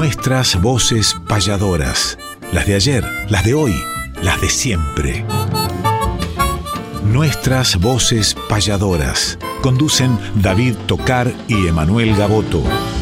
Nuestras voces payadoras. Las de ayer, las de hoy, las de siempre. Nuestras voces payadoras. Conducen David Tocar y Emanuel Gaboto.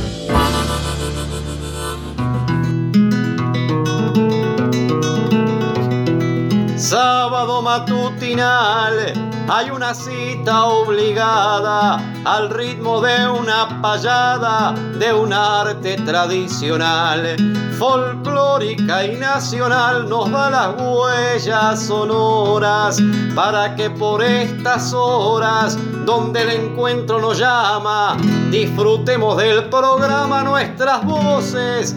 Sábado matutinal, hay una cita obligada al ritmo de una payada de un arte tradicional, folclórica y nacional. Nos da las huellas sonoras para que por estas horas, donde el encuentro nos llama, disfrutemos del programa Nuestras Voces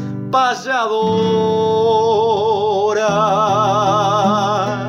Payadoras.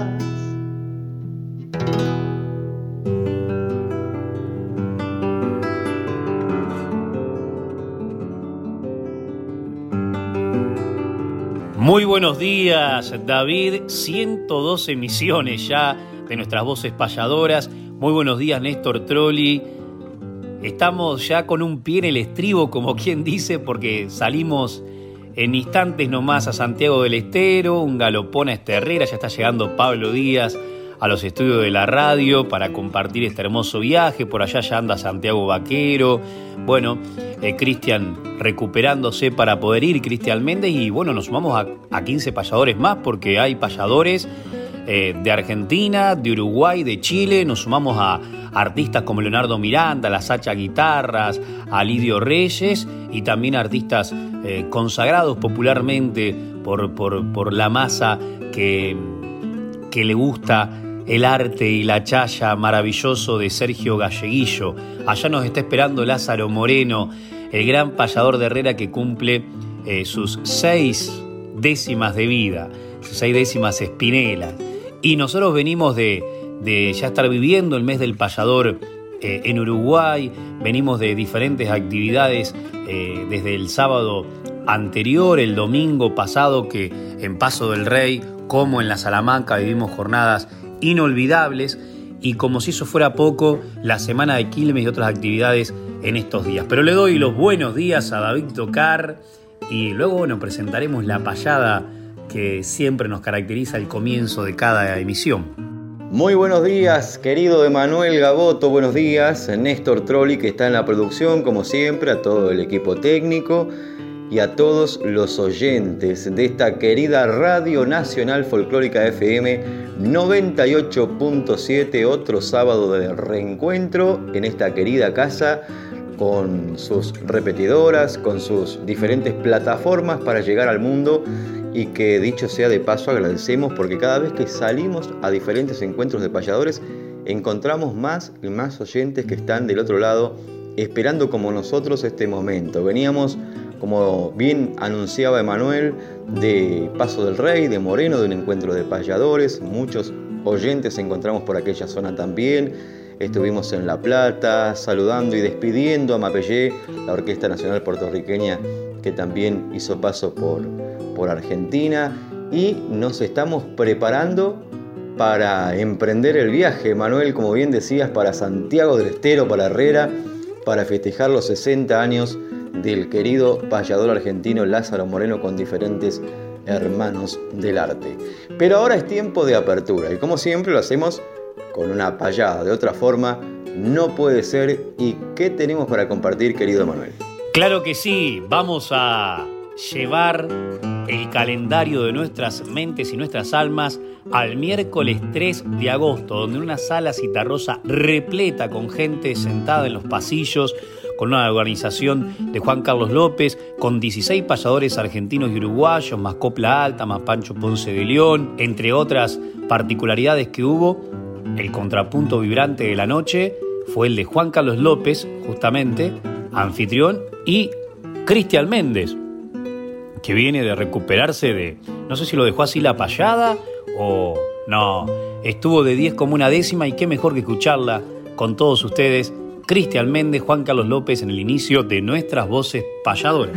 Muy buenos días, David. 102 emisiones ya de Nuestras Voces Payadoras. Muy buenos días, Néstor Trolli. Estamos ya con un pie en el estribo, como quien dice, porque salimos en instantes nomás a Santiago del Estero, un galopón a Herrera. Ya está llegando Pablo Díaz a los estudios de la radio para compartir este hermoso viaje. Por allá ya anda Santiago Vaquero. Bueno, Cristian recuperándose para poder ir, Cristian Méndez. Y bueno, nos sumamos a 15 payadores más, porque hay payadores de Argentina, de Uruguay, de Chile. Nos sumamos a artistas como Leonardo Miranda, la Sacha Guitarras, a Lidio Reyes, y también artistas consagrados popularmente por la masa que le gusta el arte y la chaya maravilloso de Sergio Galleguillo. Allá nos está esperando Lázaro Moreno, el gran payador de Herrera, que cumple sus 6 décimas de vida, sus 6 décimas espinelas. Y nosotros venimos de ya estar viviendo el mes del payador en Uruguay. Venimos de diferentes actividades desde el sábado anterior, el domingo pasado, que en Paso del Rey como en la Salamanca vivimos jornadas inolvidables, y como si eso fuera poco, la semana de Quilmes y otras actividades en estos días. Pero le doy los buenos días a David Tocar, y luego, bueno, presentaremos la payada que siempre nos caracteriza al comienzo de cada emisión. Muy buenos días, querido Emanuel Gaboto. Buenos días, Néstor Trolli, que está en la producción, como siempre, a todo el equipo técnico y a todos los oyentes de esta querida Radio Nacional Folclórica FM 98.7, otro sábado de reencuentro en esta querida casa, con sus repetidoras, con sus diferentes plataformas para llegar al mundo, y que, dicho sea de paso, agradecemos porque cada vez que salimos a diferentes encuentros de payadores encontramos más y más oyentes que están del otro lado esperando como nosotros este momento. Veníamos, como bien anunciaba Emanuel, de Paso del Rey, de Moreno, de un encuentro de payadores. Muchos oyentes encontramos por aquella zona también. Estuvimos en La Plata saludando y despidiendo a Mapellé, la Orquesta Nacional Puertorriqueña, que también hizo paso por Argentina, y nos estamos preparando para emprender el viaje, Manuel, como bien decías, para Santiago del Estero, para Herrera, para festejar los 60 años del querido payador argentino Lázaro Moreno, con diferentes hermanos del arte. Pero ahora es tiempo de apertura, y como siempre lo hacemos con una payada. De otra forma no puede ser. ¿Y qué tenemos para compartir, querido Manuel? Claro que sí, vamos a llevar el calendario de nuestras mentes y nuestras almas al miércoles 3 de agosto, donde en una sala citarrosa repleta con gente sentada en los pasillos, con una organización de Juan Carlos López, con 16 payadores argentinos y uruguayos, más Copla Alta, más Pancho Ponce de León, entre otras particularidades que hubo. El contrapunto vibrante de la noche fue el de Juan Carlos López, justamente, anfitrión, y Cristian Méndez, que viene de recuperarse de, no sé si lo dejó así la payada o no, estuvo de 10 como una décima, y qué mejor que escucharla con todos ustedes, Cristian Méndez, Juan Carlos López, en el inicio de Nuestras Voces Payadoras.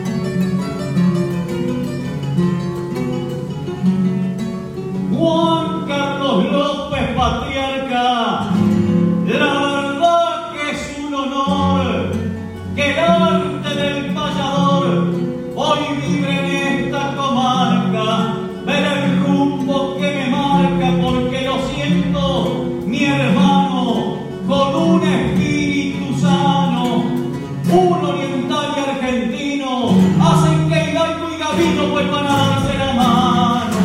One caminos vuelvan a darse la mano.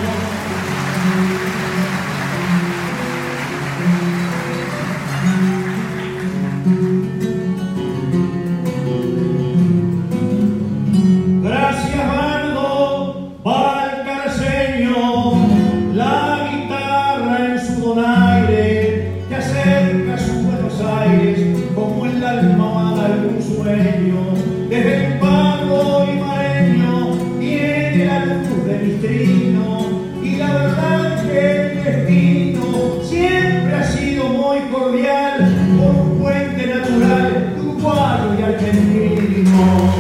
Gracias, Bardo, Valcarceño, la guitarra en su donaire que acerca a su Buenos Aires como en la almohada algún sueño. Desde el pago imareño viene la luz de mi trino, y la verdad que el destino siempre ha sido muy cordial por un puente natural uruguayo y argentino.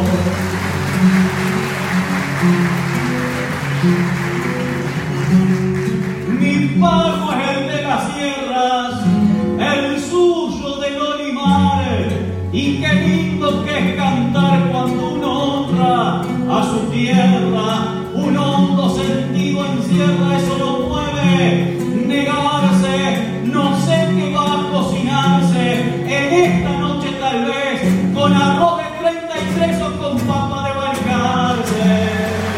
Mi pago es el de las sierras, el suyo del Olimar, y qué lindo que es cantar cuando uno honra a su tierra. Un hondo sentido encierra, eso lo mueve, negarse, no sé qué va a cocinarse en esta noche tal vez, con arroz de 33 o con papa de Balcarce.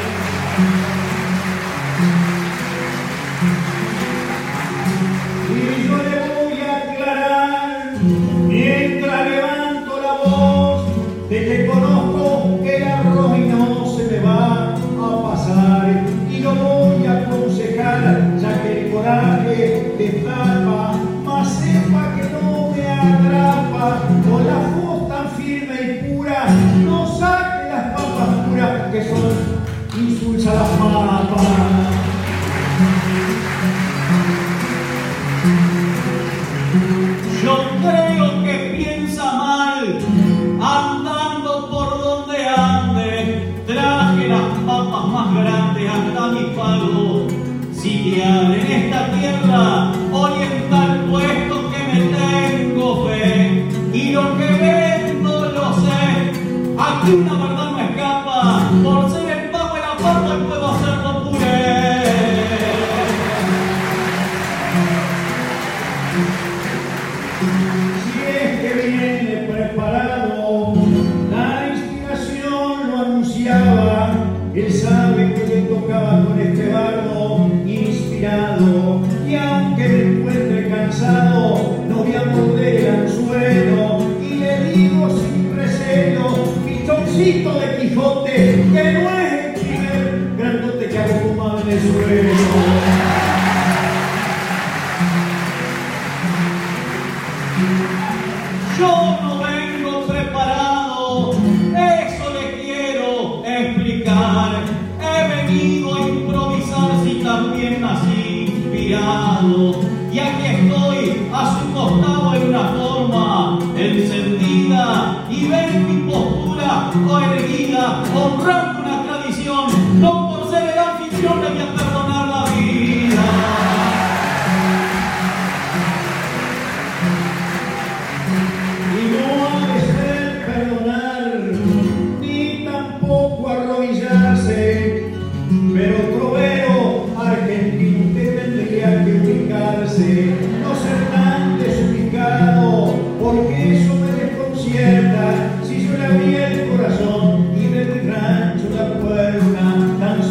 Y yo le voy a aclarar, mientras levanto la voz, de que conozco el arroz y no se me va a pasar. Y lo voy a aconsejar, ya que el coraje destapa, mas sepa que no me atrapa. Con la voz tan firme y pura, no saque las papas puras, que son insulsas las papas. Yo creo que piensa mal, andando por donde ande. Traje las papas más grandes hasta mi pago. Si te abren esta tierra oriental, puesto que me tengo fe, y lo que vendo lo sé. Aquí una verdad no escapa, por ser el pago de la papa y puedo hacerlo puré. Si es que viene preparado, la inspiración lo anunciaba. Él sabe que le tocaba con este bardo inspirado, y aunque me encuentre cansado, no voy a morder el anzuelo, y le digo sin recelo, pichoncito de Quijote, que no es el primer grandote que hago fumado en el suelo. Yo no vengo preparado, eso le quiero explicar. He venido a improvisar si también nací inspirado. Y aquí estoy a su costado en una forma encendida, y ven mi postura erguida, honrando una tradición. No por ser el anfitrión le voy a perdonar la vida. Y no ha de ser perdonar, ni tampoco arrodillarse, pero trovero argentino usted tendría que ubicarse, no ser tan desubicado, porque eso me desconcierta. Si yo le abrí el corazón y de mi rancho la puerta, tan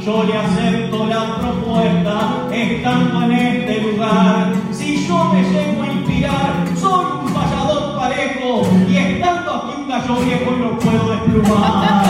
yo le acepto la propuesta, estando en este lugar. Si yo me llego a inspirar, soy un payador parejo, y estando aquí un gallo viejo y lo puedo desplumar.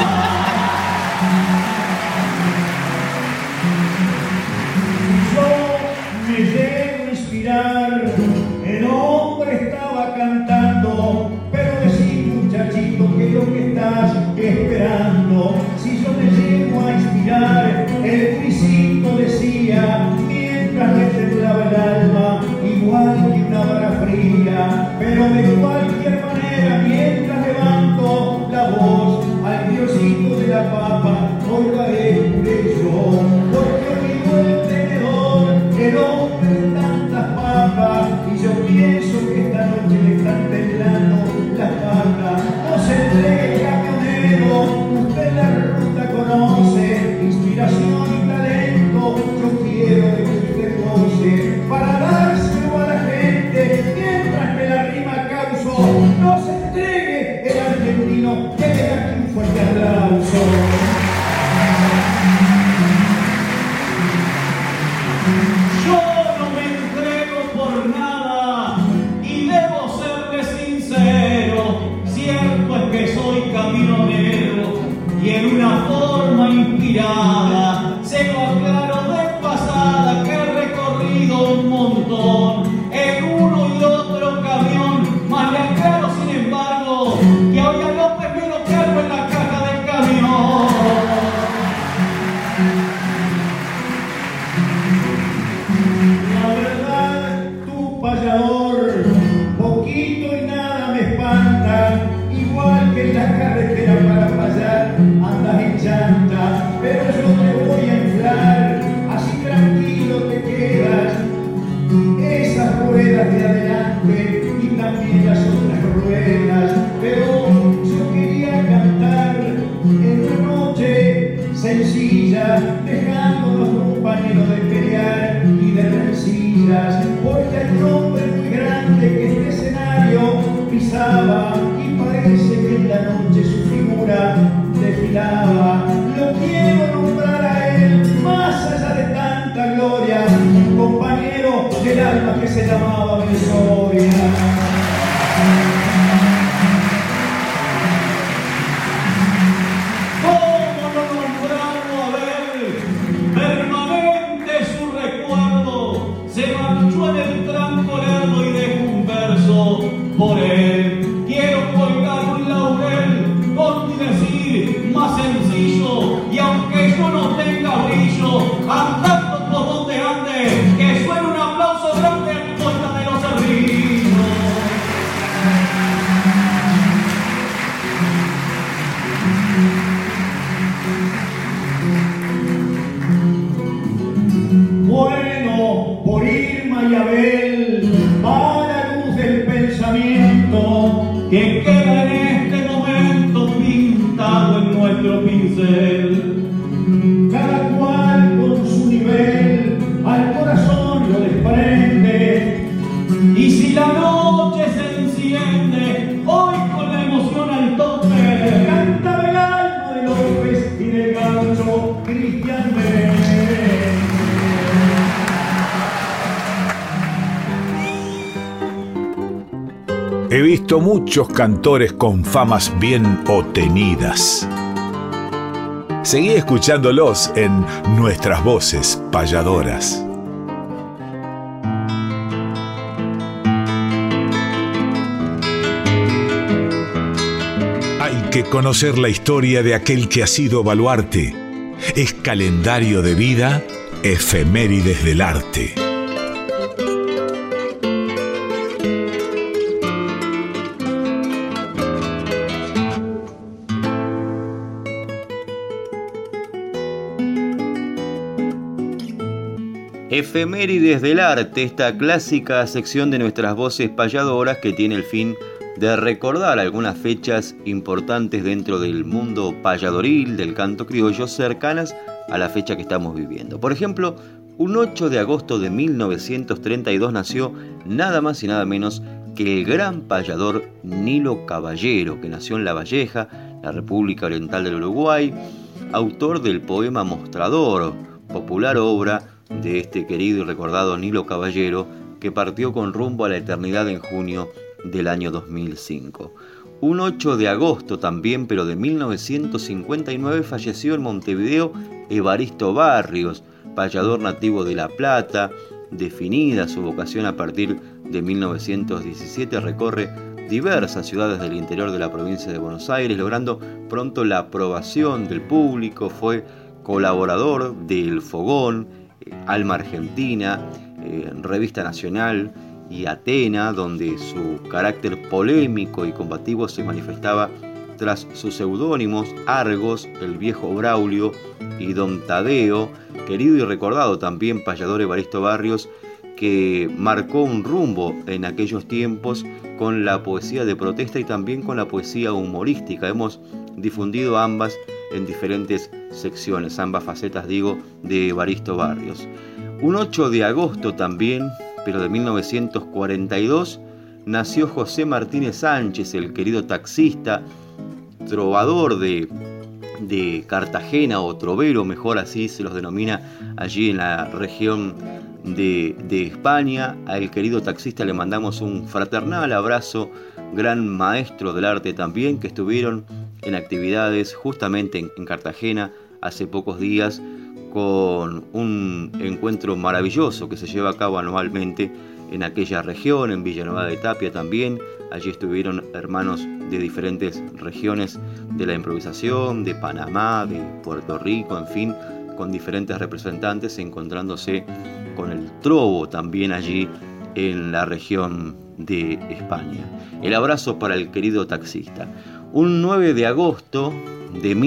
Me llego a inspirar, el hombre estaba cantando, pero decí, muchachito, ¿qué es lo que estás esperando? Si yo me llego a inspirar, el grisito decía, mientras le temblaba el alma, igual que una vara fría, pero de cualquier manera, mientras levanto la voz al diosito de la papa, oiga yo, porque olvidó el tenedor, el hombre de tantas papas, y yo pienso que esta noche le están temblando las patas. No se entregue, camionero, usted la ruta conoce, inspiración y talento, yo quiero que usted goce, para dárselo a la gente, mientras que la rima causo. No se entregue el argentino, que le da aquí un fuerte aplauso. Y en una forma inspirada se lo aclaro de pasada que he recorrido un montón en uno y otro camión, más le aclaro sin embargo que hoy a López me lo cargo en la caja del camión. La verdad, tu payador, poquito y nada me espanta, igual que en la carretera para payar andas en llanta, pero yo te voy a inflar, así tranquilo te quedas, esas ruedas de adelante y también las otras ruedas, pero yo quería cantar en una noche sencilla, dejándonos compañeros de pelear y de rencillas, porque hay un hombre muy grande que este escenario pisaba y parece que en la noche su figura desfilaba. Lo quiero nombrar a él, más allá de tanta gloria, un compañero del alma que se llamaba Belsoria. ¿Cómo no nombrarlo a ver? Permanente su recuerdo, se marchó en el tranco lerdo y dejó un verso por él. Quiero colgar un laurel con mi decir más sencillo, y aunque yo no tenga brillo, andando por donde ande, que suene un aplauso grande en contra de los servicios. Bueno, por Irma y Abel va la luz del pensamiento Que queda en este momento pintado en nuestro pincel. cada cual con su nivel, al corazón lo desprende. Y si la noche se enciende, hoy con la emoción al tope, Canta el alma de López y del gaucho Cristian Méndez. He visto muchos cantores con famas bien obtenidas. Seguí escuchándolos en Nuestras Voces Payadoras. Hay que conocer la historia de aquel que ha sido baluarte. Es calendario de vida, efemérides del arte. Efemérides del arte, esta clásica sección de Nuestras Voces Payadoras que tiene el fin de recordar algunas fechas importantes dentro del mundo payadoril, del canto criollo, cercanas a la fecha que estamos viviendo. Por ejemplo, un 8 de agosto de 1932 nació nada más y nada menos que el gran payador Nilo Caballero, que nació en La Valleja, la República Oriental del Uruguay. autor del poema Mostrador, popular obra de este querido y recordado Nilo Caballero, que partió con rumbo a la eternidad en junio del año 2005. Un 8 de agosto también, pero de 1959, falleció en Montevideo Evaristo Barrios, payador nativo de La Plata. Definida su vocación a partir de 1917, recorre diversas ciudades del interior de la provincia de Buenos Aires, logrando pronto la aprobación del público. Fue colaborador del Fogón, Alma Argentina, Revista Nacional y Atena, donde su carácter polémico y combativo se manifestaba tras sus seudónimos Argos, el Viejo Braulio y Don Tadeo. Querido y recordado también payador Evaristo Barrios, que marcó un rumbo en aquellos tiempos con la poesía de protesta y también con la poesía humorística. Hemos difundido ambas en diferentes secciones, ambas facetas, digo, de Evaristo Barrios. Un 8 de agosto también, pero de 1942, nació José Martínez Sánchez, el querido taxista, trovador de Cartagena, o trovero, mejor así se los denomina allí en la región de España. Al querido taxista le mandamos un fraternal abrazo, gran maestro del arte también, que estuvieron en actividades justamente en Cartagena hace pocos días, con un encuentro maravilloso que se lleva a cabo anualmente en aquella región, en Villanueva de Tapia también. Allí estuvieron hermanos de diferentes regiones de la improvisación, de Panamá, de Puerto Rico, en fin, con diferentes representantes, encontrándose con el trovo también allí en la región de España. El abrazo para el querido taxista. Un 9 de agosto de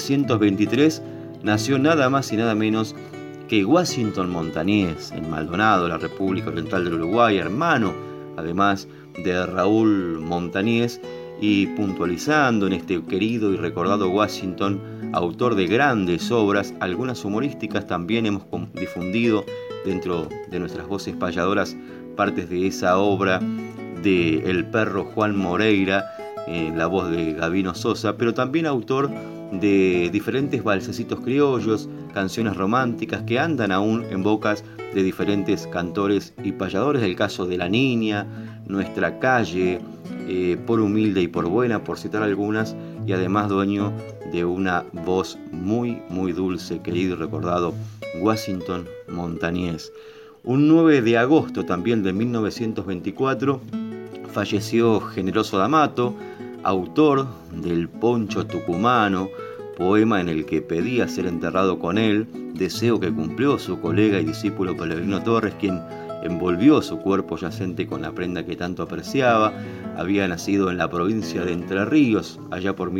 1923 nació nada más y nada menos que Washington Montañés, en Maldonado, la República Oriental del Uruguay, hermano además de Raúl Montañés, y puntualizando en este querido y recordado Washington, autor de grandes obras, algunas humorísticas. También hemos difundido dentro de nuestras voces payadoras partes de esa obra de El Perro Juan Moreira, la voz de Gabino Sosa, pero también autor de diferentes valsecitos criollos, canciones románticas que andan aún en bocas de diferentes cantores y payadores. El caso de La Niña, Nuestra Calle, Por Humilde y por Buena, por citar algunas, y además dueño de una voz muy muy dulce, querido y recordado Washington Montañés. Un 9 de agosto también de 1924 falleció Generoso D'Amato, autor del Poncho Tucumano, poema en el que pedía ser enterrado con él, deseo que cumplió su colega y discípulo Pellegrino Torres, quien envolvió su cuerpo yacente con la prenda que tanto apreciaba. Había nacido en la provincia de Entre Ríos, allá por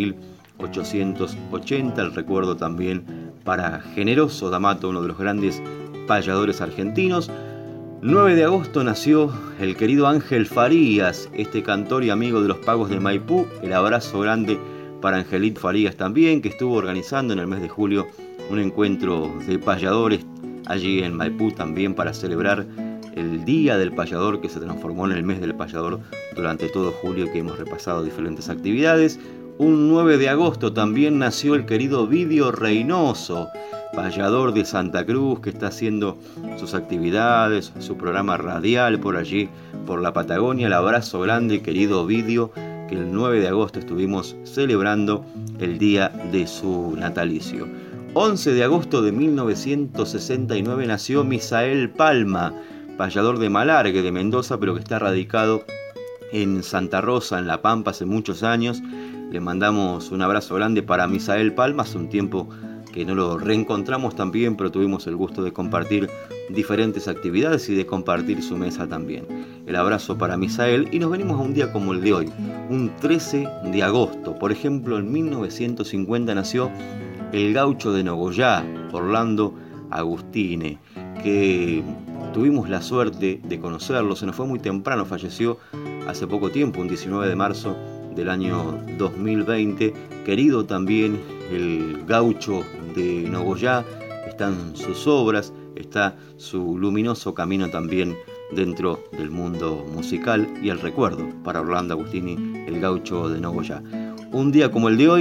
1880, el recuerdo también para Generoso D'Amato, uno de los grandes payadores argentinos. 9 de agosto nació el querido Ángel Farías, este cantor y amigo de los Pagos de Maipú. El abrazo grande para Angelito Farías también, que estuvo organizando en el mes de julio un encuentro de payadores allí en Maipú también para celebrar el Día del Payador, que se transformó en el mes del payador durante todo julio, que hemos repasado diferentes actividades. Un 9 de agosto también nació el querido Vidio Reynoso, payador de Santa Cruz, que está haciendo sus actividades, su programa radial por allí, por la Patagonia. El abrazo grande, querido Vidio, que el 9 de agosto estuvimos celebrando el día de su natalicio. 11 de agosto de 1969 nació Misael Palma, payador de Malargue, de Mendoza, pero que está radicado en Santa Rosa, en La Pampa, hace muchos años. Le mandamos un abrazo grande para Misael Palma. Hace un tiempo que no lo reencontramos también, pero tuvimos el gusto de compartir diferentes actividades y de compartir su mesa también. El abrazo para Misael, y nos venimos a un día como el de hoy, un 13 de agosto. Por ejemplo, en 1950 nació el gaucho de Nogoyá, Orlando Agustine, que tuvimos la suerte de conocerlo. Se nos fue muy temprano, falleció hace poco tiempo, un 19 de marzo del año 2020. Querido también el gaucho de Nogoyá, están sus obras, está su luminoso camino también dentro del mundo musical, y el recuerdo para Orlando Agustini, el gaucho de Nogoyá. Un día como el de hoy,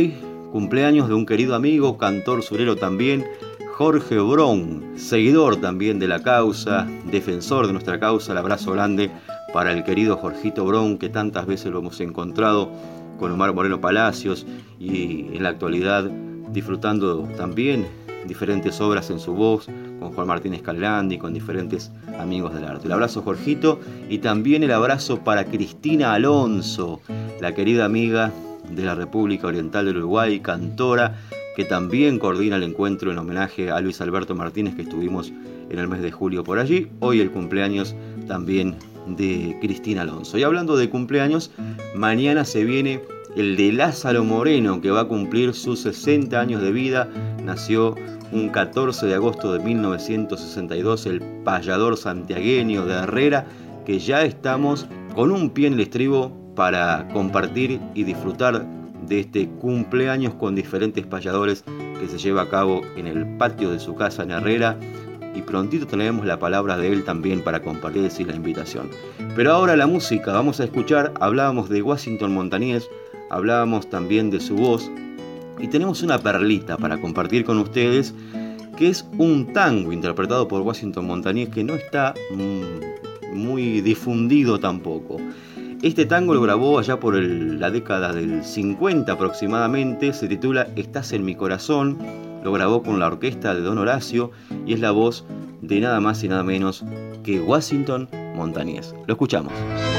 cumpleaños de un querido amigo, cantor surero también, Jorge Brown, seguidor también de la causa, defensor de nuestra causa. El abrazo grande para el querido Jorgito Brown, que tantas veces lo hemos encontrado con Omar Moreno Palacios y en la actualidad disfrutando también diferentes obras en su voz, con Juan Martínez Calgrandi, con diferentes amigos del arte. El abrazo, Jorgito, y también el abrazo para Cristina Alonso, la querida amiga de la República Oriental del Uruguay, cantora, que también coordina el encuentro en homenaje a Luis Alberto Martínez, que estuvimos en el mes de julio por allí. Hoy el cumpleaños también de Cristina Alonso. Y hablando de cumpleaños, mañana se viene el de Lázaro Moreno, que va a cumplir sus 60 años de vida. Nació un 14 de agosto de 1962, el payador santiagueño de Herrera, que ya estamos con un pie en el estribo para compartir y disfrutar de este cumpleaños con diferentes payadores que se lleva a cabo en el patio de su casa en Herrera, y prontito tenemos la palabra de él también para compartir y la invitación. Pero ahora la música, vamos a escuchar. Hablábamos de Washington Montañés, hablábamos también de su voz, y tenemos una perlita para compartir con ustedes, que es un tango interpretado por Washington Montañés, que no está muy difundido tampoco. Este tango lo grabó allá por la década del 50 aproximadamente, se titula Estás en mi corazón, lo grabó con la orquesta de Don Horacio y es la voz de nada más y nada menos que Washington Montañés. Lo escuchamos.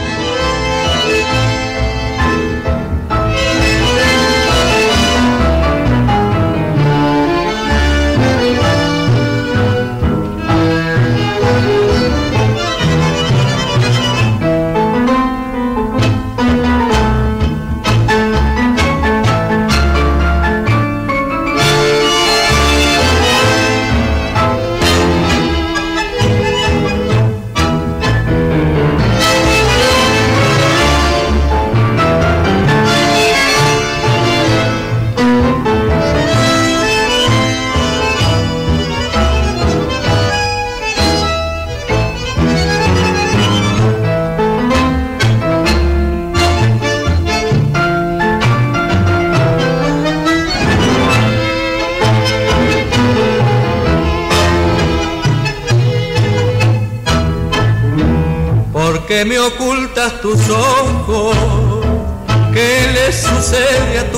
Que me ocultas tus ojos, ¿qué le sucede a tu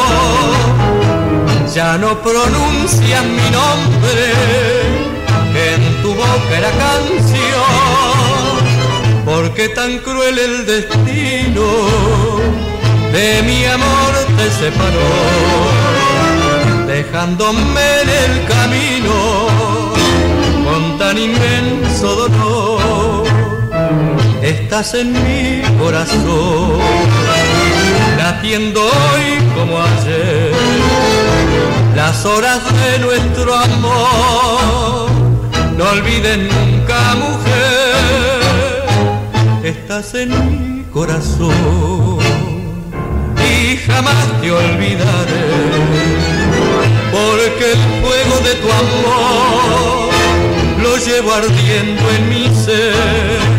voz? Ya no pronuncias mi nombre, que en tu boca era canción. ¿Por qué tan cruel el destino de mi amor te separó? Dejándome en el camino con tan inmenso dolor. Estás en mi corazón, latiendo hoy como ayer, las horas de nuestro amor, no olvides nunca, mujer, estás en mi corazón y jamás te olvidaré, porque el fuego de tu amor lo llevo ardiendo en mi ser.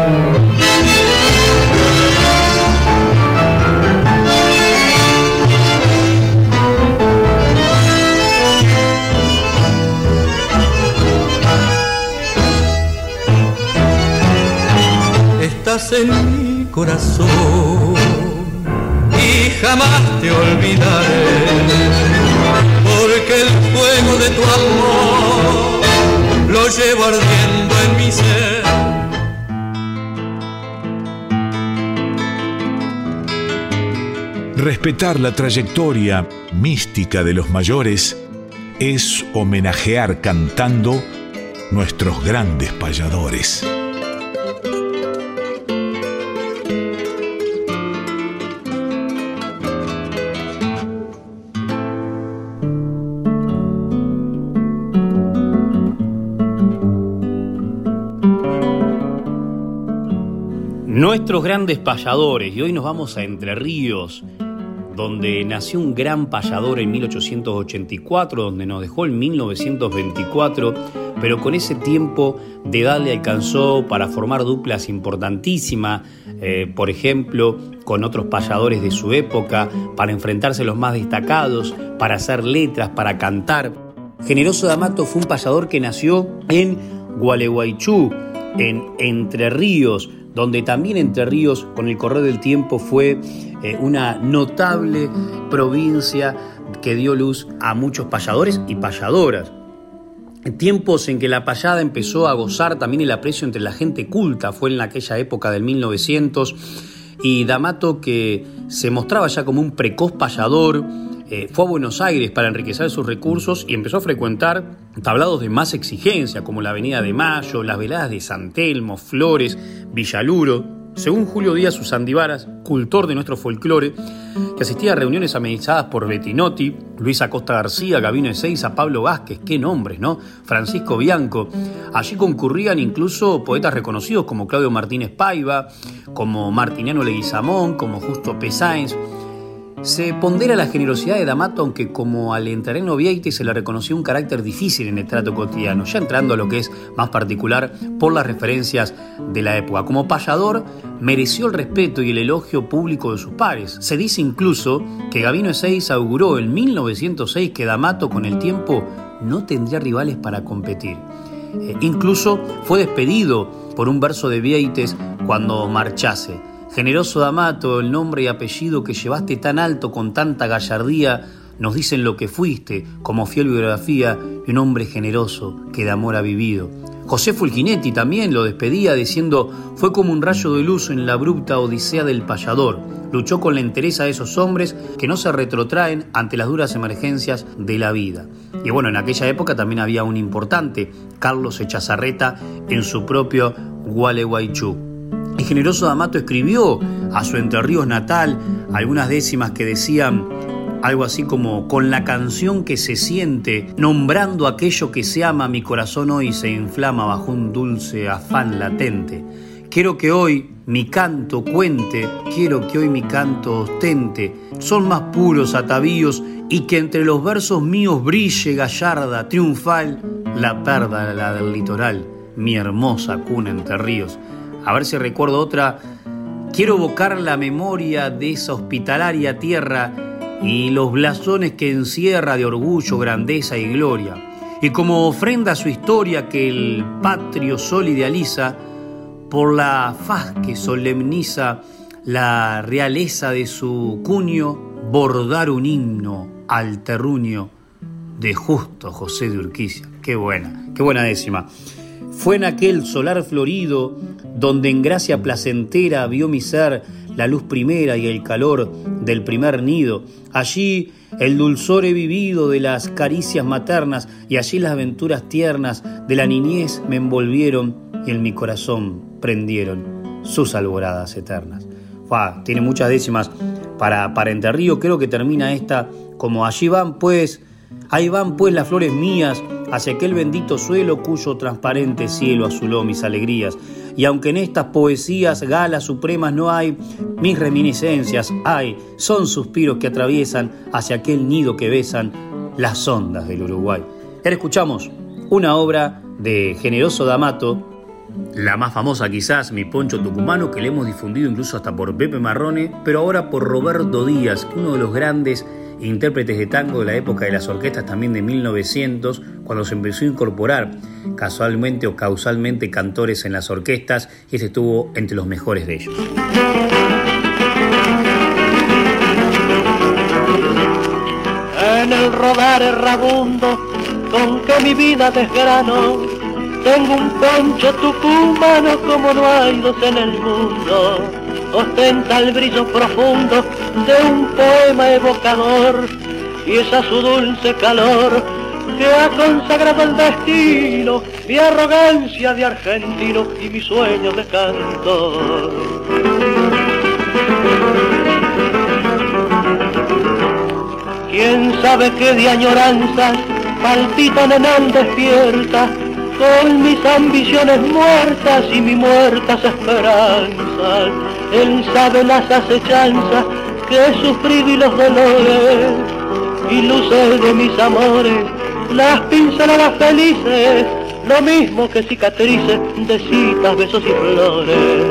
Estás en mi corazón y jamás te olvidaré, porque el fuego de tu amor lo llevo ardiendo en mi ser. Respetar la trayectoria mística de los mayores es homenajear cantando nuestros grandes payadores. Nuestros grandes payadores, y hoy nos vamos a Entre Ríos donde nació un gran payador en 1884, donde nos dejó en 1924, pero con ese tiempo de edad le alcanzó para formar duplas importantísimas, por ejemplo, con otros payadores de su época, para enfrentarse a los más destacados, para hacer letras, para cantar. Generoso D'Amato fue un payador que nació en Gualeguaychú, en Entre Ríos, donde también Entre Ríos, con el correr del tiempo, fue una notable provincia que dio luz a muchos payadores y payadoras. Tiempos en que la payada empezó a gozar también el aprecio entre la gente culta, fue en aquella época del 1900, y D'Amato, que se mostraba ya como un precoz payador, fue a Buenos Aires para enriquecer sus recursos y empezó a frecuentar tablados de más exigencia, como la Avenida de Mayo, las veladas de San Telmo, Flores, Villaluro. Según Julio Díaz Usandivaras, cultor de nuestro folclore, que asistía a reuniones amenizadas por Bettinotti, Luis Acosta García, Gabino Ezeiza, Pablo Vázquez, qué nombres, ¿no? Francisco Bianco. Allí concurrían incluso poetas reconocidos como Claudio Martínez Paiva, como Martiniano Leguizamón, como Justo P. Sáenz. Se pondera la generosidad de D'Amato, aunque como al Entrerreno Vieites se le reconoció un carácter difícil en el trato cotidiano, ya entrando a lo que es más particular por las referencias de la época. Como payador, mereció el respeto y el elogio público de sus pares. Se dice incluso que Gabino Ezeiza auguró en 1906 que D'Amato con el tiempo no tendría rivales para competir. Incluso fue despedido por un verso de Vieites cuando marchase. Generoso D'Amato, el nombre y apellido que llevaste tan alto con tanta gallardía, nos dicen lo que fuiste, como fiel biografía de un hombre generoso que de amor ha vivido. José Fulginetti también lo despedía diciendo: fue como un rayo de luz en la abrupta odisea del payador. Luchó con la entereza de esos hombres que no se retrotraen ante las duras emergencias de la vida. Y bueno, en aquella época también había un importante, Carlos Echazarreta, en su propio Gualeguaychú. El generoso D'Amato escribió a su Entre Ríos natal algunas décimas que decían algo así como: con la canción que se siente, nombrando aquello que se ama, mi corazón hoy se inflama bajo un dulce afán latente. Quiero que hoy mi canto cuente, quiero que hoy mi canto ostente, son más puros atavíos, y que entre los versos míos brille gallarda, triunfal, la perla la del litoral, mi hermosa cuna Entre Ríos. A ver si recuerdo otra. Quiero evocar la memoria de esa hospitalaria tierra y los blasones que encierra de orgullo, grandeza y gloria. Y como ofrenda a su historia que el patrio sol idealiza, por la faz que solemniza la realeza de su cuño, bordar un himno al terruño de justo José de Urquiza. Qué buena décima. Fue en aquel solar florido donde en gracia placentera vio mi ser la luz primera y el calor del primer nido. Allí el dulzor he vivido de las caricias maternas, y allí las aventuras tiernas de la niñez me envolvieron y en mi corazón prendieron sus alboradas eternas. Tiene muchas décimas para Entre Ríos. Creo que termina esta como: ahí van pues las flores mías hacia aquel bendito suelo cuyo transparente cielo azuló mis alegrías. Y aunque en estas poesías galas supremas no hay, mis reminiscencias hay, son suspiros que atraviesan hacia aquel nido que besan las ondas del Uruguay. Ahora escuchamos una obra de Generoso D'Amato, la más famosa quizás, Mi Poncho Tucumano, que le hemos difundido incluso hasta por Pepe Marrone, pero ahora por Roberto Díaz, uno de los grandes intérpretes de tango de la época de las orquestas también de 1900, cuando se empezó a incorporar casualmente o causalmente cantores en las orquestas, y ese estuvo entre los mejores de ellos. En el rodar errabundo con que mi vida desgrano, tengo un poncho tucumano como no hay dos en el mundo. Ostenta el brillo profundo de un poema evocador, y es a su dulce calor que ha consagrado el destino, mi arrogancia de argentino y mi sueño de cantor. Quién sabe qué de añoranzas palpitan en el despierta, con mis ambiciones muertas y mis muertas esperanzas. Él sabe las acechanzas que he sufrido y los dolores, y luces de mis amores, las pinceladas felices, lo mismo que cicatrices de citas, besos y flores.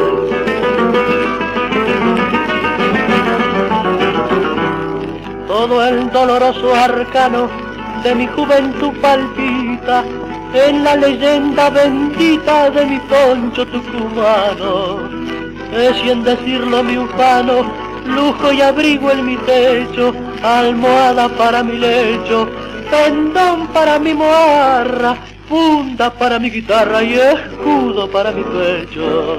Todo el doloroso arcano de mi juventud palpita en la leyenda bendita de mi poncho tucumano. Es sin decirlo mi ufano, lujo y abrigo en mi techo, almohada para mi lecho, pendón para mi moarra, funda para mi guitarra y escudo para mi pecho.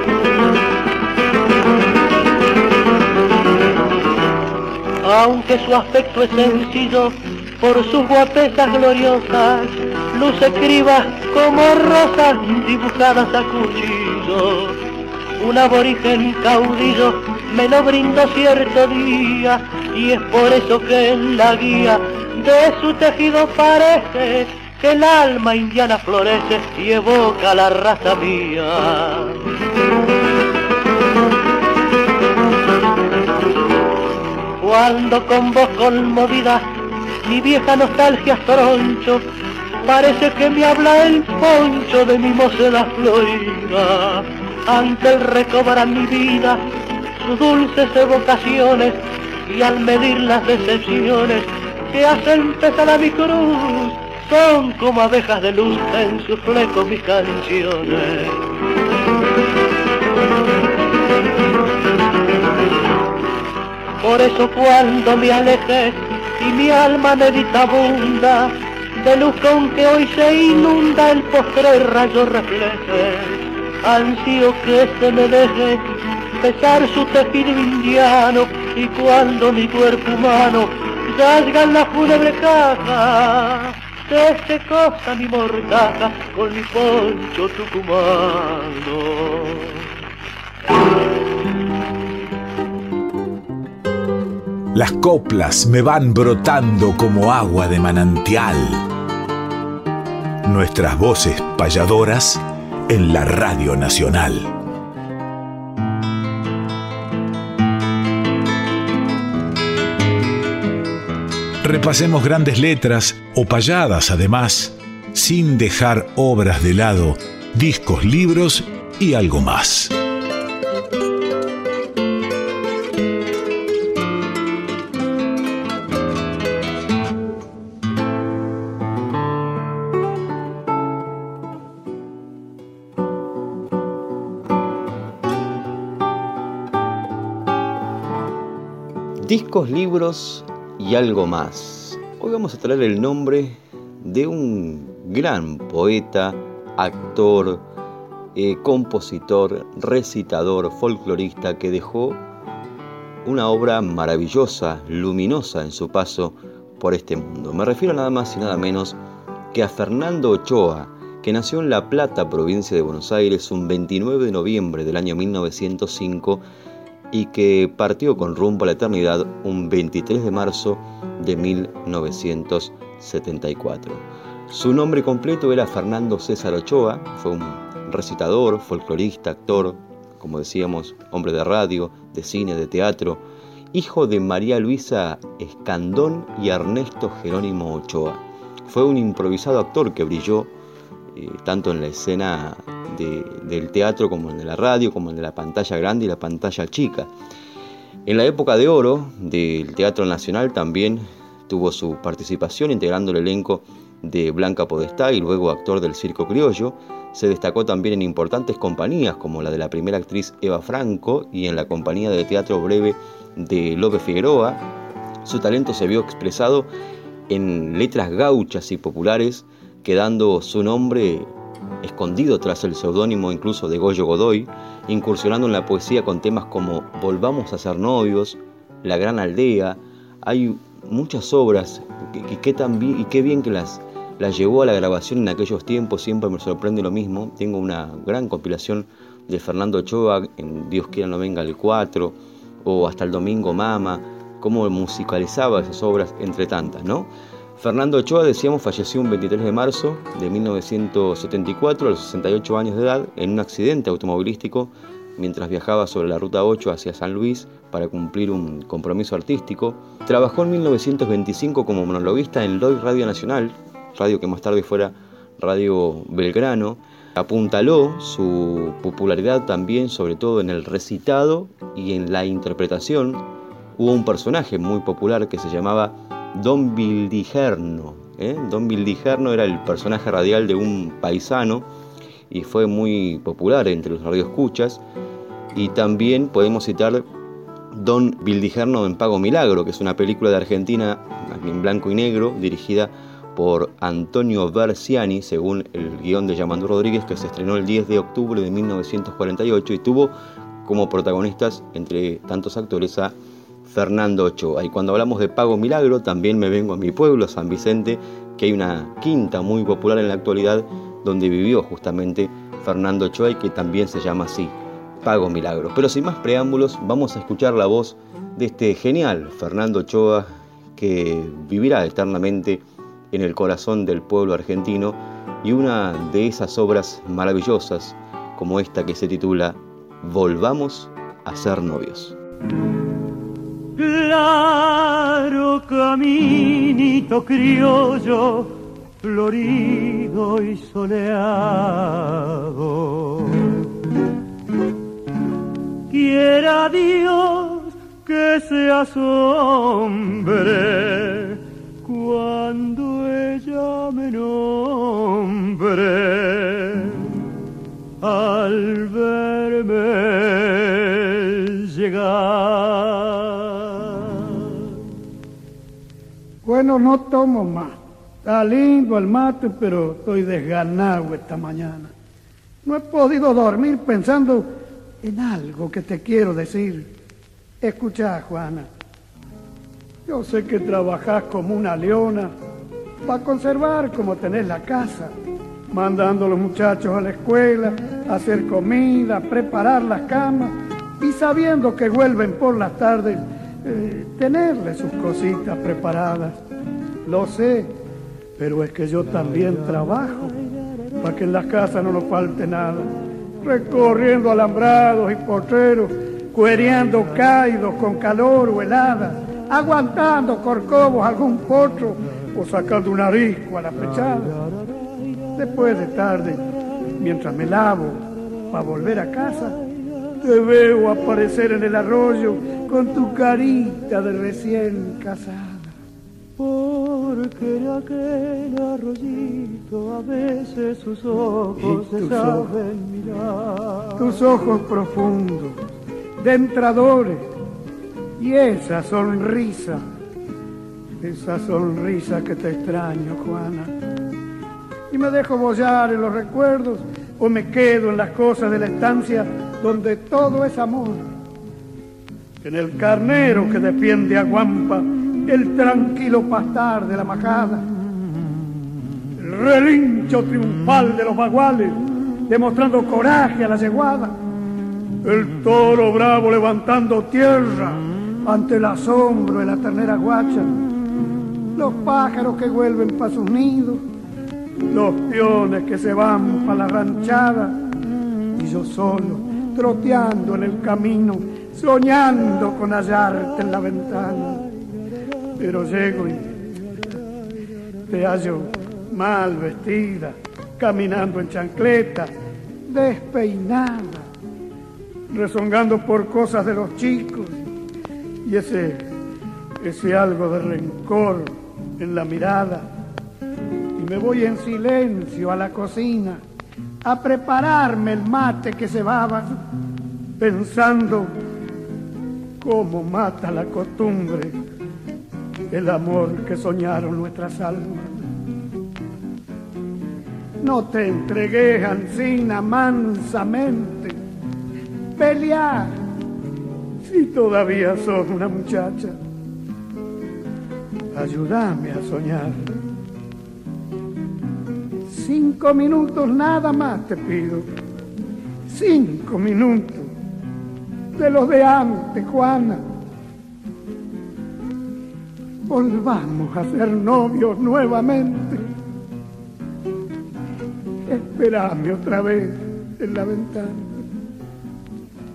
Aunque su aspecto es sencillo, por sus guapesas gloriosas, luce cribas como rosas dibujadas a cuchillo. Un aborigen caudillo me lo brindó cierto día, y es por eso que en la guía de su tejido parece que el alma indiana florece y evoca la raza mía. Cuando con voz conmovida mi vieja nostalgia troncho, parece que me habla el poncho de mi mocedad florida. Ante el recobrar mi vida sus dulces evocaciones, y al medir las decepciones que hacen pesar a mi cruz, son como abejas de luz en sus flecos mis canciones. Por eso cuando me alejé y mi alma meditabunda, de luz con que hoy se inunda el postrer rayo refleje, ansío que se me deje besar su tejido indiano, y cuando mi cuerpo humano rasga en la fúnebre caja, se cosa mi mortaja con mi poncho tucumano. Las coplas me van brotando como agua de manantial. Nuestras voces payadoras en la Radio Nacional. Repasemos grandes letras o payadas además, sin dejar obras de lado, discos, libros y algo más. Discos, libros y algo más. Hoy vamos a traer el nombre de un gran poeta, actor, compositor, recitador, folclorista que dejó una obra maravillosa, luminosa en su paso por este mundo. Me refiero nada más y nada menos que a Fernando Ochoa, que nació en La Plata, provincia de Buenos Aires, un 29 de noviembre del año 1905 y que partió con rumbo a la eternidad un 23 de marzo de 1974. Su nombre completo era Fernando César Ochoa, fue un recitador, folclorista, actor, como decíamos, hombre de radio, de cine, de teatro, hijo de María Luisa Escandón y Ernesto Jerónimo Ochoa. Fue un improvisado actor que brilló tanto en la escena del teatro como en la radio, como en la pantalla grande y la pantalla chica. En la época de oro del Teatro Nacional también tuvo su participación integrando el elenco de Blanca Podestá y luego actor del Circo Criollo. Se destacó también en importantes compañías como la de la primera actriz Eva Franco y en la compañía de teatro breve de Lope Figueroa. Su talento se vio expresado en letras gauchas y populares, quedando su nombre escondido tras el seudónimo incluso de Goyo Godoy, incursionando en la poesía con temas como Volvamos a ser novios, La gran aldea. Hay muchas obras y qué bien que las llevó a la grabación en aquellos tiempos. Siempre me sorprende lo mismo. Tengo una gran compilación de Fernando Ochoa, en Dios quiera no venga el 4, o Hasta el domingo mama, cómo musicalizaba esas obras entre tantas, ¿no? Fernando Ochoa, decíamos, falleció un 23 de marzo de 1974 a los 68 años de edad en un accidente automovilístico mientras viajaba sobre la Ruta 8 hacia San Luis para cumplir un compromiso artístico. Trabajó en 1925 como monologuista en Lloyd Radio Nacional, radio que más tarde fuera Radio Belgrano. Apuntaló su popularidad también, sobre todo en el recitado y en la interpretación. Hubo un personaje muy popular que se llamaba Don Bildigerno. Don Bildigerno era el personaje radial de un paisano y fue muy popular entre los radioescuchas. Y también podemos citar Don Bildigerno en Pago Milagro, que es una película de Argentina en blanco y negro, dirigida por Antonio Berciani, según el guión de Yamandú Rodríguez, que se estrenó el 10 de octubre de 1948 y tuvo como protagonistas, entre tantos actores, a Fernando Ochoa. Y cuando hablamos de Pago Milagro, también me vengo a mi pueblo, a San Vicente, que hay una quinta muy popular en la actualidad, donde vivió justamente Fernando Ochoa y que también se llama así, Pago Milagro. Pero sin más preámbulos, vamos a escuchar la voz de este genial Fernando Ochoa, que vivirá eternamente en el corazón del pueblo argentino, y una de esas obras maravillosas como esta que se titula Volvamos a ser novios. Claro caminito criollo, florido y soleado, quiera Dios que seas hombre cuando ella me nombre, al verme llegar. Bueno, no tomo más. Está lindo el mate, pero estoy desganado esta mañana. No he podido dormir pensando en algo que te quiero decir. Escuchá, Juana. Yo sé que trabajás como una leona para conservar como tenés la casa, mandando a los muchachos a la escuela, hacer comida, preparar las camas y sabiendo que vuelven por las tardes, tenerle sus cositas preparadas. Lo sé, pero es que yo también trabajo para que en las casas no nos falte nada, recorriendo alambrados y potreros, cuereando caídos con calor o helada, aguantando corcovos algún potro o sacando un arisco a la pechada. Después de tarde, mientras me lavo para volver a casa, te veo aparecer en el arroyo con tu carita de recién casada. Porque en aquel arroyito a veces sus ojos se saben mirar. Tus ojos profundos, de entradores, y esa sonrisa que te extraño, Juana. Y me dejo bollar en los recuerdos o me quedo en las cosas de la estancia donde todo es amor. En el carnero que defiende a Guampa, el tranquilo pastar de la majada, el relincho triunfal de los baguales demostrando coraje a la yeguada, el toro bravo levantando tierra ante el asombro de la ternera guacha, los pájaros que vuelven para sus nidos, los peones que se van para la ranchada, y yo solo troteando en el camino, soñando con hallarte en la ventana. Pero llego y te hallo mal vestida, caminando en chancleta, despeinada, rezongando por cosas de los chicos, y ese algo de rencor en la mirada. Y me voy en silencio a la cocina a prepararme el mate que cebaba, pensando cómo mata la costumbre el amor que soñaron nuestras almas. No te entregué, Ancina, mansamente. Pelear, si todavía sos una muchacha. Ayúdame a soñar. 5 minutos nada más te pido. 5 minutos. De los de antes, Juana. Volvamos a ser novios nuevamente. Espérame otra vez en la ventana.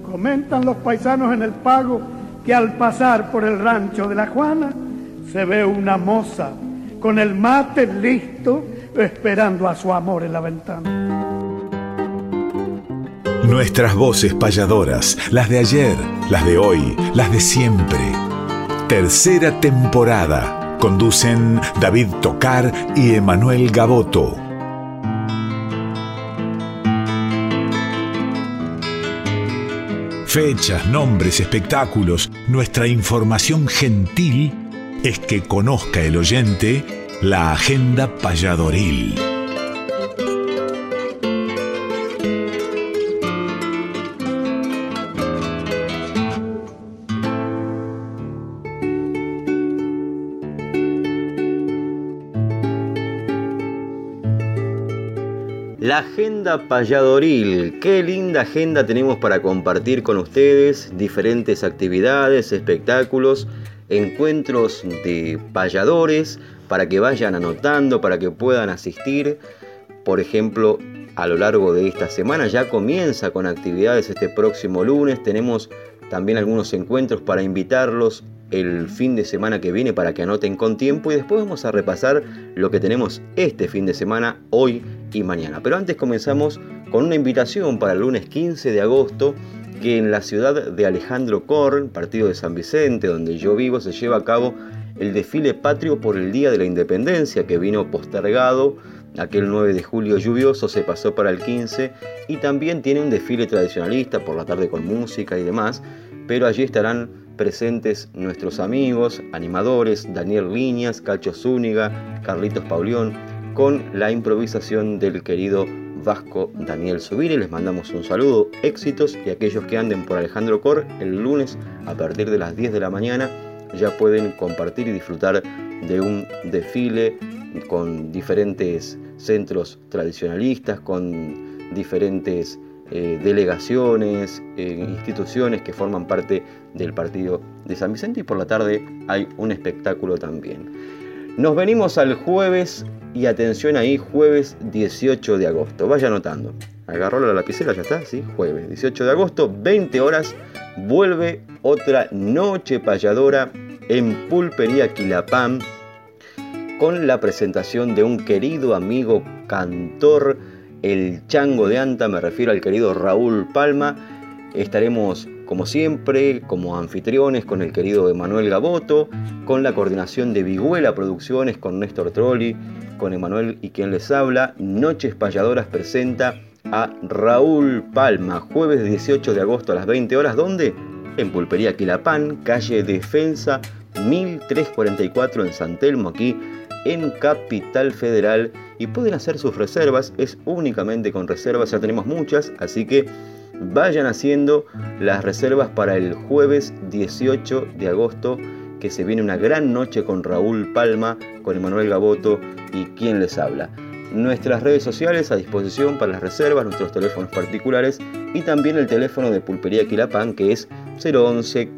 Comentan los paisanos en el pago que al pasar por el rancho de la Juana se ve una moza con el mate listo esperando a su amor en la ventana. Nuestras voces payadoras, las de ayer, las de hoy, las de siempre. Tercera temporada. Conducen David Tocar y Emanuel Gaboto. Fechas, nombres, espectáculos. Nuestra información gentil es que conozca el oyente la agenda payadoril. La agenda payadoril, qué linda agenda tenemos para compartir con ustedes, diferentes actividades, espectáculos, encuentros de payadores para que vayan anotando, para que puedan asistir. Por ejemplo, a lo largo de esta semana ya comienza con actividades este próximo lunes, tenemos también algunos encuentros para invitarlos el fin de semana que viene para que anoten con tiempo y después vamos a repasar lo que tenemos este fin de semana, hoy y mañana. Pero antes comenzamos con una invitación para el lunes 15 de agosto que en la ciudad de Alejandro Korn, partido de San Vicente, donde yo vivo, se lleva a cabo el desfile patrio por el Día de la Independencia que vino postergado. Aquel 9 de julio lluvioso se pasó para el 15 y también tiene un desfile tradicionalista por la tarde con música y demás, pero allí estarán presentes nuestros amigos, animadores, Daniel Liñas, Cacho Zúñiga, Carlitos Paulión, con la improvisación del querido Vasco Daniel Zubiri. Les mandamos un saludo, éxitos, y aquellos que anden por Alejandro Korn el lunes a partir de las 10 de la mañana ya pueden compartir y disfrutar de un desfile con diferentes centros tradicionalistas, con diferentes delegaciones, instituciones que forman parte del partido de San Vicente, y por la tarde hay un espectáculo también. Nos venimos al jueves y atención ahí, jueves 18 de agosto. Vaya anotando. Agarró la lapicera, ya está, ¿sí? Jueves 18 de agosto, 20 horas, vuelve otra noche payadora en Pulpería Quilapam con la presentación de un querido amigo cantor, el Chango de Anta, me refiero al querido Raúl Palma. Estaremos, como siempre, como anfitriones con el querido Emanuel Gaboto, con la coordinación de Viguela Producciones, con Néstor Trolli, con Emanuel y quien les habla. Noches Payadoras presenta a Raúl Palma, jueves 18 de agosto a las 20 horas, ¿dónde? En Pulpería Quilapam, calle Defensa 1344 en San Telmo, aquí en Capital Federal, y pueden hacer sus reservas, es únicamente con reservas, ya tenemos muchas, así que vayan haciendo las reservas para el jueves 18 de agosto, que se viene una gran noche con Raúl Palma, con Emanuel Gaboto y quien les habla. Nuestras redes sociales a disposición para las reservas, nuestros teléfonos particulares y también el teléfono de Pulpería Quilapam, que es 011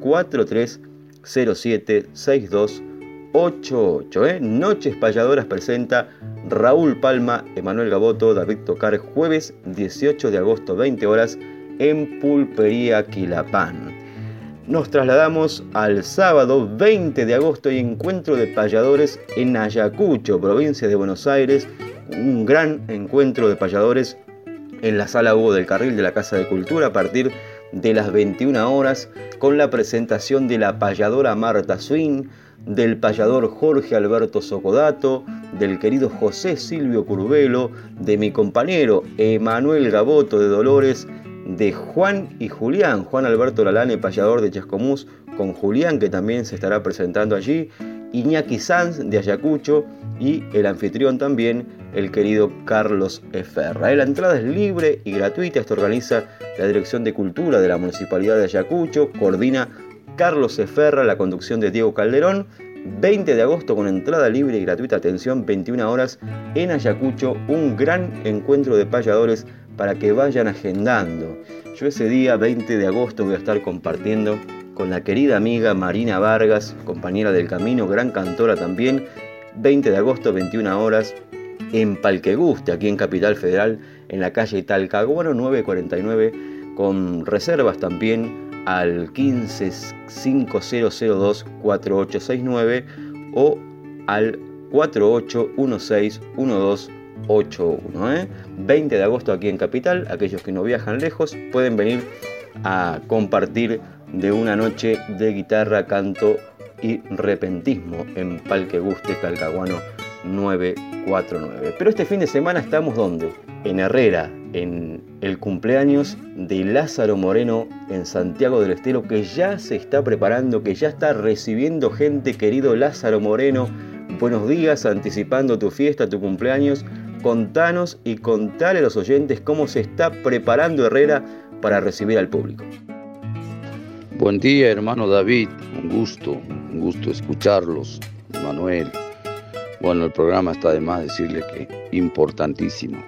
4307 6288. Noches Payadoras presenta Raúl Palma, Emanuel Gaboto, David Tocar, jueves 18 de agosto, 20 horas, en Pulpería Quilapam. Nos trasladamos al sábado 20 de agosto y encuentro de payadores en Ayacucho, provincia de Buenos Aires. Un gran encuentro de payadores en la Sala Hugo del Carril de la Casa de Cultura a partir de las 21 horas con la presentación de la payadora Marta Swing, del payador Jorge Alberto Socodato, del querido José Silvio Curvelo, de mi compañero Emanuel Gaboto de Dolores, de Juan y Julián, Juan Alberto Lalane, payador de Chascomús, con Julián, que también se estará presentando allí, Iñaki Sanz de Ayacucho y el anfitrión también, el querido Carlos Eferra. La entrada es libre y gratuita, esto organiza la Dirección de Cultura de la Municipalidad de Ayacucho, coordina Carlos Eferra, la conducción de Diego Calderón. 20 de agosto con entrada libre y gratuita, atención, 21 horas en Ayacucho, un gran encuentro de payadores para que vayan agendando. Yo ese día, 20 de agosto, voy a estar compartiendo con la querida amiga Marina Vargas, compañera del camino, gran cantora también. 20 de agosto, 21 horas, en Palqueguste, aquí en Capital Federal, en la calle Talcahuano 949, con reservas también al 1550024869 o al 48161281. 20 de agosto aquí en Capital. Aquellos que no viajan lejos pueden venir a compartir de una noche de guitarra, canto y repentismo en Parque Guste, Talcahuano 949. Pero este fin de semana estamos ¿dónde? En Herrera, en el cumpleaños de Lázaro Moreno en Santiago del Estero, que ya se está preparando, que ya está recibiendo gente. Querido Lázaro Moreno, buenos días, anticipando tu fiesta, tu cumpleaños. Contanos y contale a los oyentes cómo se está preparando Herrera para recibir al público. Buen día, hermano David, un gusto escucharlos, Manuel. Bueno, el programa está de más decirle que importantísimo.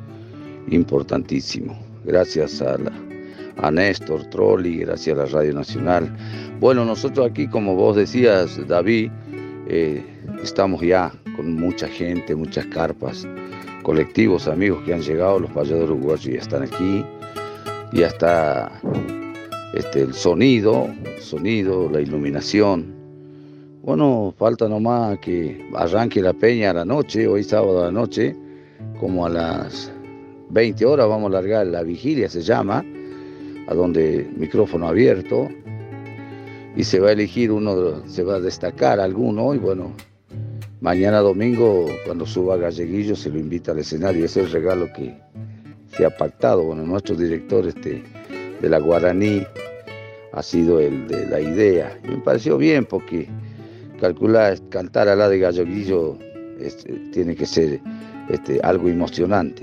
Gracias a Néstor Trolli, gracias a la Radio Nacional. Bueno, nosotros aquí, como vos decías, David, estamos ya con mucha gente, muchas carpas, colectivos, amigos que han llegado, los payadores uruguayos ya están aquí, ya está el sonido, la iluminación. Bueno, falta nomás que arranque la peña a la noche, hoy sábado a la noche, como a las 20 horas vamos a largar la vigilia, se llama, a donde micrófono abierto, y se va a elegir se va a destacar alguno, y bueno, mañana domingo, cuando suba Galleguillo, se lo invita al escenario. Ese es el regalo que se ha pactado. Bueno, nuestro director de la Guaraní ha sido el de la idea. Y me pareció bien porque cantar a la de Galleguillo tiene que ser algo emocionante.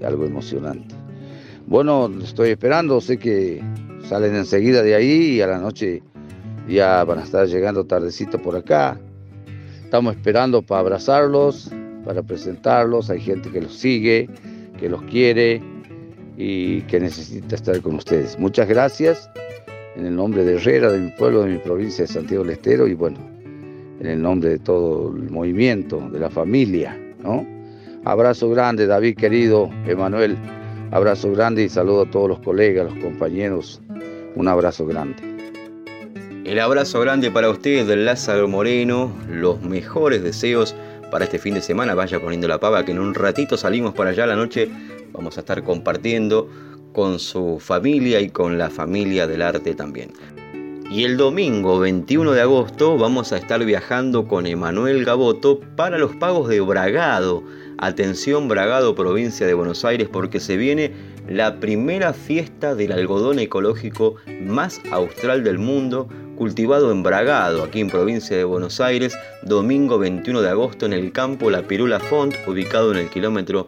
Bueno, estoy esperando, sé que salen enseguida de ahí y a la noche ya van a estar llegando tardecito por acá. Estamos esperando para abrazarlos, para presentarlos. Hay gente que los sigue, que los quiere y que necesita estar con ustedes. Muchas gracias en el nombre de Herrera, de mi pueblo, de mi provincia de Santiago del Estero, y bueno, en el nombre de todo el movimiento, de la familia, ¿no? Abrazo grande, David querido, Emanuel, abrazo grande y saludo a todos los colegas, los compañeros, un abrazo grande. El abrazo grande para usted, Lázaro Moreno, los mejores deseos para este fin de semana. Vaya poniendo la pava que en un ratito salimos para allá a la noche, vamos a estar compartiendo con su familia y con la familia del arte también. Y el domingo 21 de agosto vamos a estar viajando con Emanuel Gaboto para los pagos de Bragado. Atención Bragado, provincia de Buenos Aires, porque se viene la primera fiesta del algodón ecológico más austral del mundo, cultivado en Bragado, aquí en provincia de Buenos Aires, domingo 21 de agosto en el campo La Pirula Font, ubicado en el kilómetro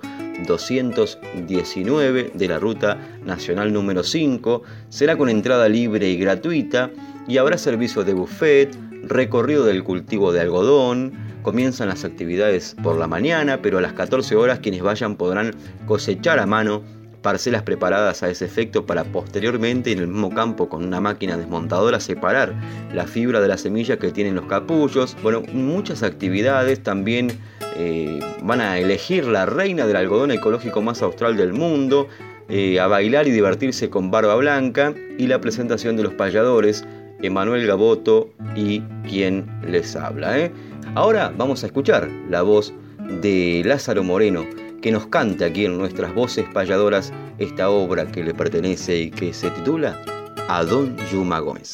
219 de la Ruta Nacional número 5. Será con entrada libre y gratuita y habrá servicio de buffet, recorrido del cultivo de algodón. Comienzan las actividades por la mañana, pero a las 14 horas quienes vayan podrán cosechar a mano parcelas preparadas a ese efecto para posteriormente en el mismo campo con una máquina desmontadora separar la fibra de la semilla que tienen los capullos. Bueno, muchas actividades. También van a elegir la reina del algodón ecológico más austral del mundo, a bailar y divertirse con Barba Blanca, y la presentación de los payadores, Emanuel Gaboto y quien les habla. Ahora vamos a escuchar la voz de Lázaro Moreno, que nos canta aquí en nuestras voces payadoras esta obra que le pertenece y que se titula A Don Yuma Gómez.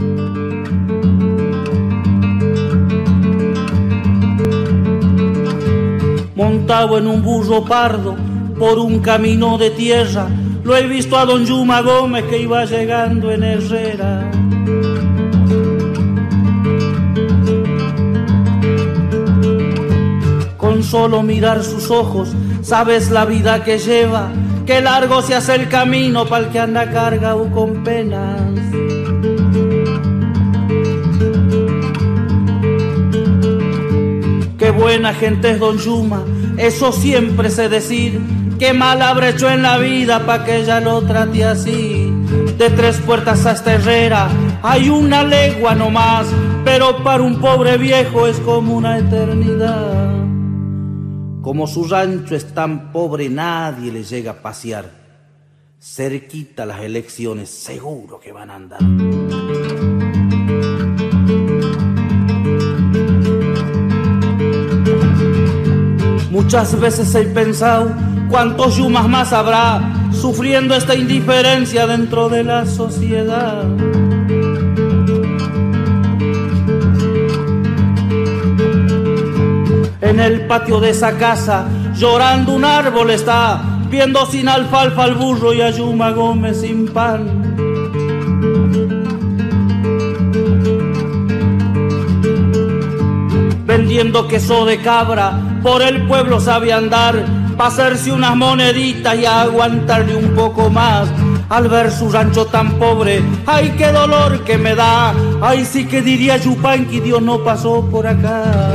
Montado en un burro pardo por un camino de tierra, lo he visto a don Yuma Gómez que iba llegando en Herrera. Con solo mirar sus ojos sabes la vida que lleva, que largo se hace el camino pa'l que anda cargado con penas. Qué buena gente es don Yuma, eso siempre sé decir. Qué mal habrá hecho en la vida pa' que ella lo trate así. De Tres Puertas hasta Herrera hay una legua nomás, pero para un pobre viejo es como una eternidad. Como su rancho es tan pobre nadie le llega a pasear. cerquita las elecciones, seguro que van a andar. Muchas veces he pensado cuántos yumas más habrá sufriendo esta indiferencia dentro de la sociedad. En el patio de esa casa, llorando un árbol está, viendo sin alfalfa al burro y a Yuma Gómez sin pan. Vendiendo queso de cabra, por el pueblo sabe andar, pa' hacerse unas moneditas y aguantarle un poco más. Al ver su rancho tan pobre, ay qué dolor que me da, ay sí que diría Yupanqui, Dios no pasó por acá.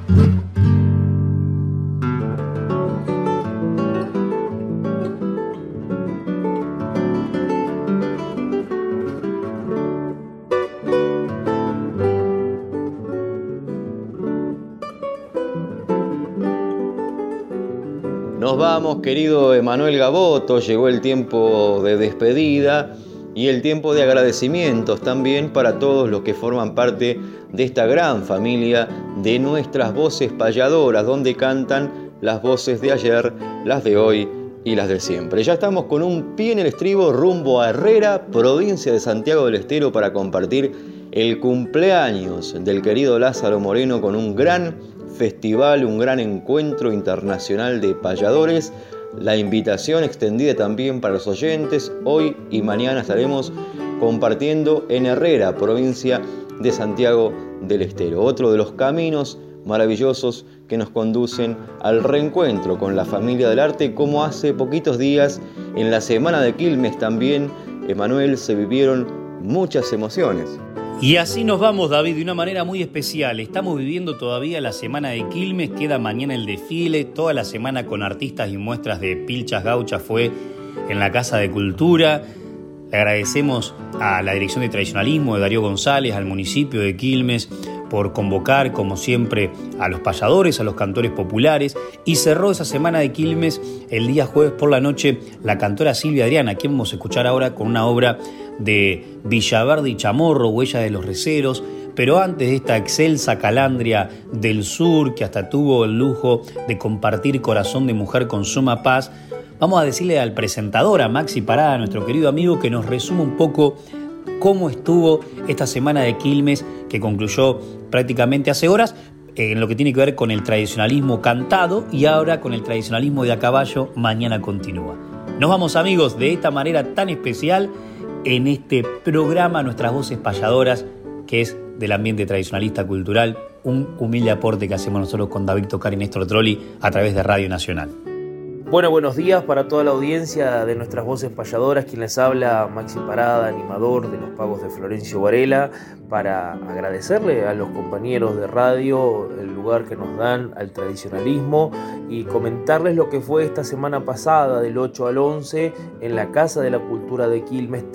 Nos vamos, querido Emanuel Gaboto, llegó el tiempo de despedida y el tiempo de agradecimientos también para todos los que forman parte de esta gran familia de nuestras voces payadoras, donde cantan las voces de ayer, las de hoy y las de siempre. Ya estamos con un pie en el estribo rumbo a Herrera, provincia de Santiago del Estero, para compartir el cumpleaños del querido Lázaro Moreno con un gran festival, un gran encuentro internacional de payadores. La invitación extendida también para los oyentes. Hoy y mañana estaremos compartiendo en Herrera, provincia de Santiago del Estero. Otro de los caminos maravillosos que nos conducen al reencuentro con la familia del arte, como hace poquitos días en la Semana de Quilmes también, Emanuel, se vivieron muchas emociones. Y así nos vamos, David, de una manera muy especial. Estamos viviendo todavía la Semana de Quilmes, queda mañana el desfile, toda la semana con artistas y muestras de pilchas gauchas fue en la Casa de Cultura. Le agradecemos a la Dirección de Tradicionalismo de Darío González, al municipio de Quilmes, por convocar, como siempre, a los payadores, a los cantores populares, y cerró esa Semana de Quilmes el día jueves por la noche la cantora Silvia Adriana, a quien vamos a escuchar ahora con una obra de Villaverde y Chamorro, Huella de los Receros. Pero antes de esta excelsa calandria del sur, que hasta tuvo el lujo de compartir Corazón de Mujer con Suma Paz, vamos a decirle al presentador, a Maxi Parada, nuestro querido amigo, que nos resuma un poco cómo estuvo esta Semana de Quilmes, que concluyó prácticamente hace horas, en lo que tiene que ver con el tradicionalismo cantado, y ahora con el tradicionalismo de a caballo, mañana continúa. Nos vamos, amigos, de esta manera tan especial en este programa Nuestras Voces Payadoras, que es del ambiente tradicionalista cultural, un humilde aporte que hacemos nosotros con David Tocar y Néstor Trolli a través de Radio Nacional. Bueno, buenos días para toda la audiencia de Nuestras Voces Payadoras, quien les habla, Maxi Parada, animador de los pagos de Florencio Varela, para agradecerle a los compañeros de radio el lugar que nos dan al tradicionalismo y comentarles lo que fue esta semana pasada, del 8 al 11, en la Casa de la Cultura de Quilmes.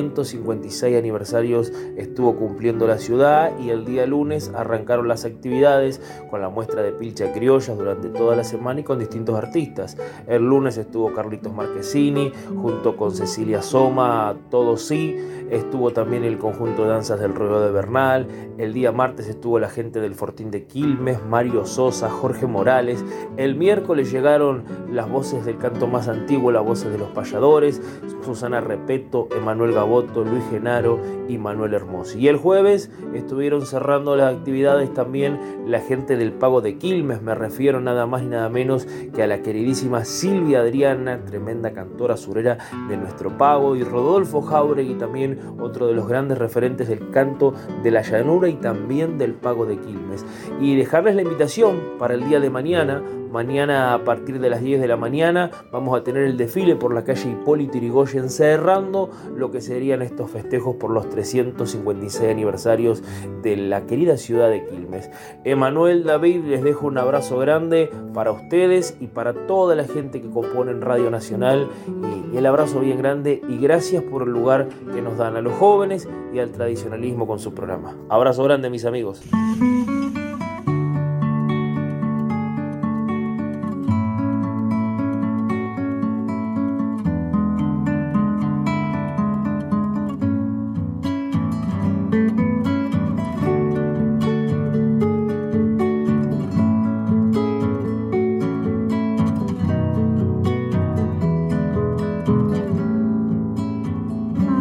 356 aniversarios estuvo cumpliendo la ciudad, y el día lunes arrancaron las actividades con la muestra de pilcha criollas durante toda la semana y con distintos artistas. El lunes estuvo Carlitos Marquesini junto con Cecilia Soma, Todo Sí. Estuvo también el conjunto de danzas del Ruedo de Bernal. El día martes estuvo la gente del Fortín de Quilmes, Mario Sosa, Jorge Morales. El miércoles llegaron las voces del canto más antiguo, las voces de los payadores, Susana Repeto, Emanuel Gaboto, Luis Genaro y Manuel Hermoso. Y el jueves estuvieron cerrando las actividades también la gente del Pago de Quilmes. Me refiero nada más y nada menos que a la queridísima Silvia Adriana, tremenda cantora surera de nuestro Pago, y Rodolfo Jauregui, también otro de los grandes referentes del canto de la llanura y también del Pago de Quilmes. Y dejarles la invitación para el día de mañana. Mañana a partir de las 10 de la mañana vamos a tener el desfile por la calle Hipólito Yrigoyen, cerrando lo que serían estos festejos por los 356 aniversarios de la querida ciudad de Quilmes. Emanuel, David, les dejo un abrazo grande para ustedes y para toda la gente que compone en Radio Nacional, y el abrazo bien grande, y gracias por el lugar que nos dan a los jóvenes y al tradicionalismo con su programa. Abrazo grande, mis amigos.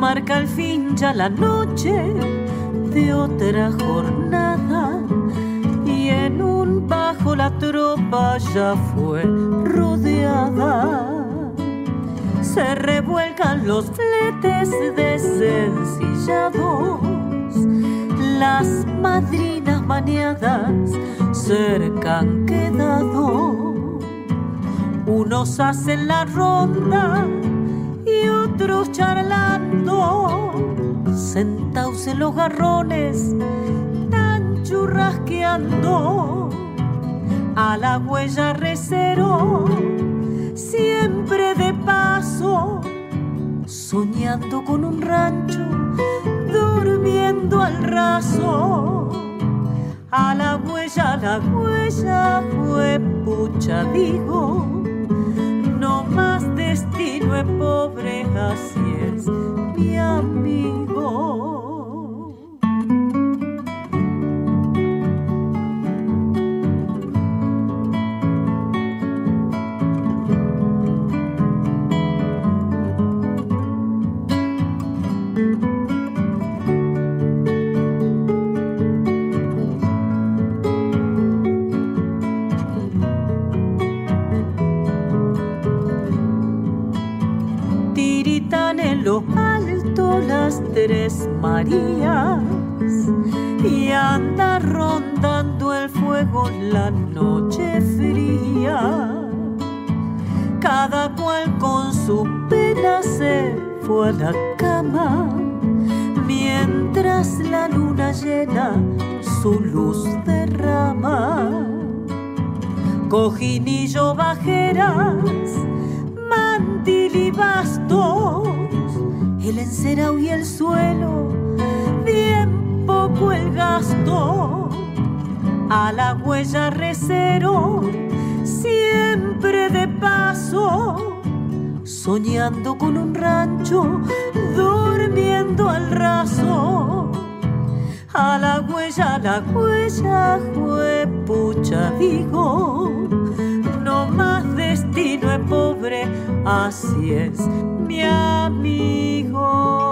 marca al fin ya la noche de otra jornada, y en un bajo la tropa ya fue rodeada. Se revuelcan los fletes desencillados, las madrinas maniadas cerca han quedado. Unos hacen la ronda y otros charlando, sentados en los garrones, tan churrasqueando. A la huella recero, siempre de paso, soñando con un rancho, durmiendo al raso. A la huella fue pucha, digo, no más destino es pobre, así es mi amigo. Las Tres Marías y anda rondando el fuego la noche fría. Cada cual con su pena se fue a la cama, mientras la luna llena su luz derrama. Cojinillo, bajeras, mantil y bastos, el encerao y el suelo, bien poco el gasto. A la huella recero, siempre de paso, soñando con un rancho, durmiendo al raso. A la huella fue pucha, digo, no más destino es pobre, así es mi amigo.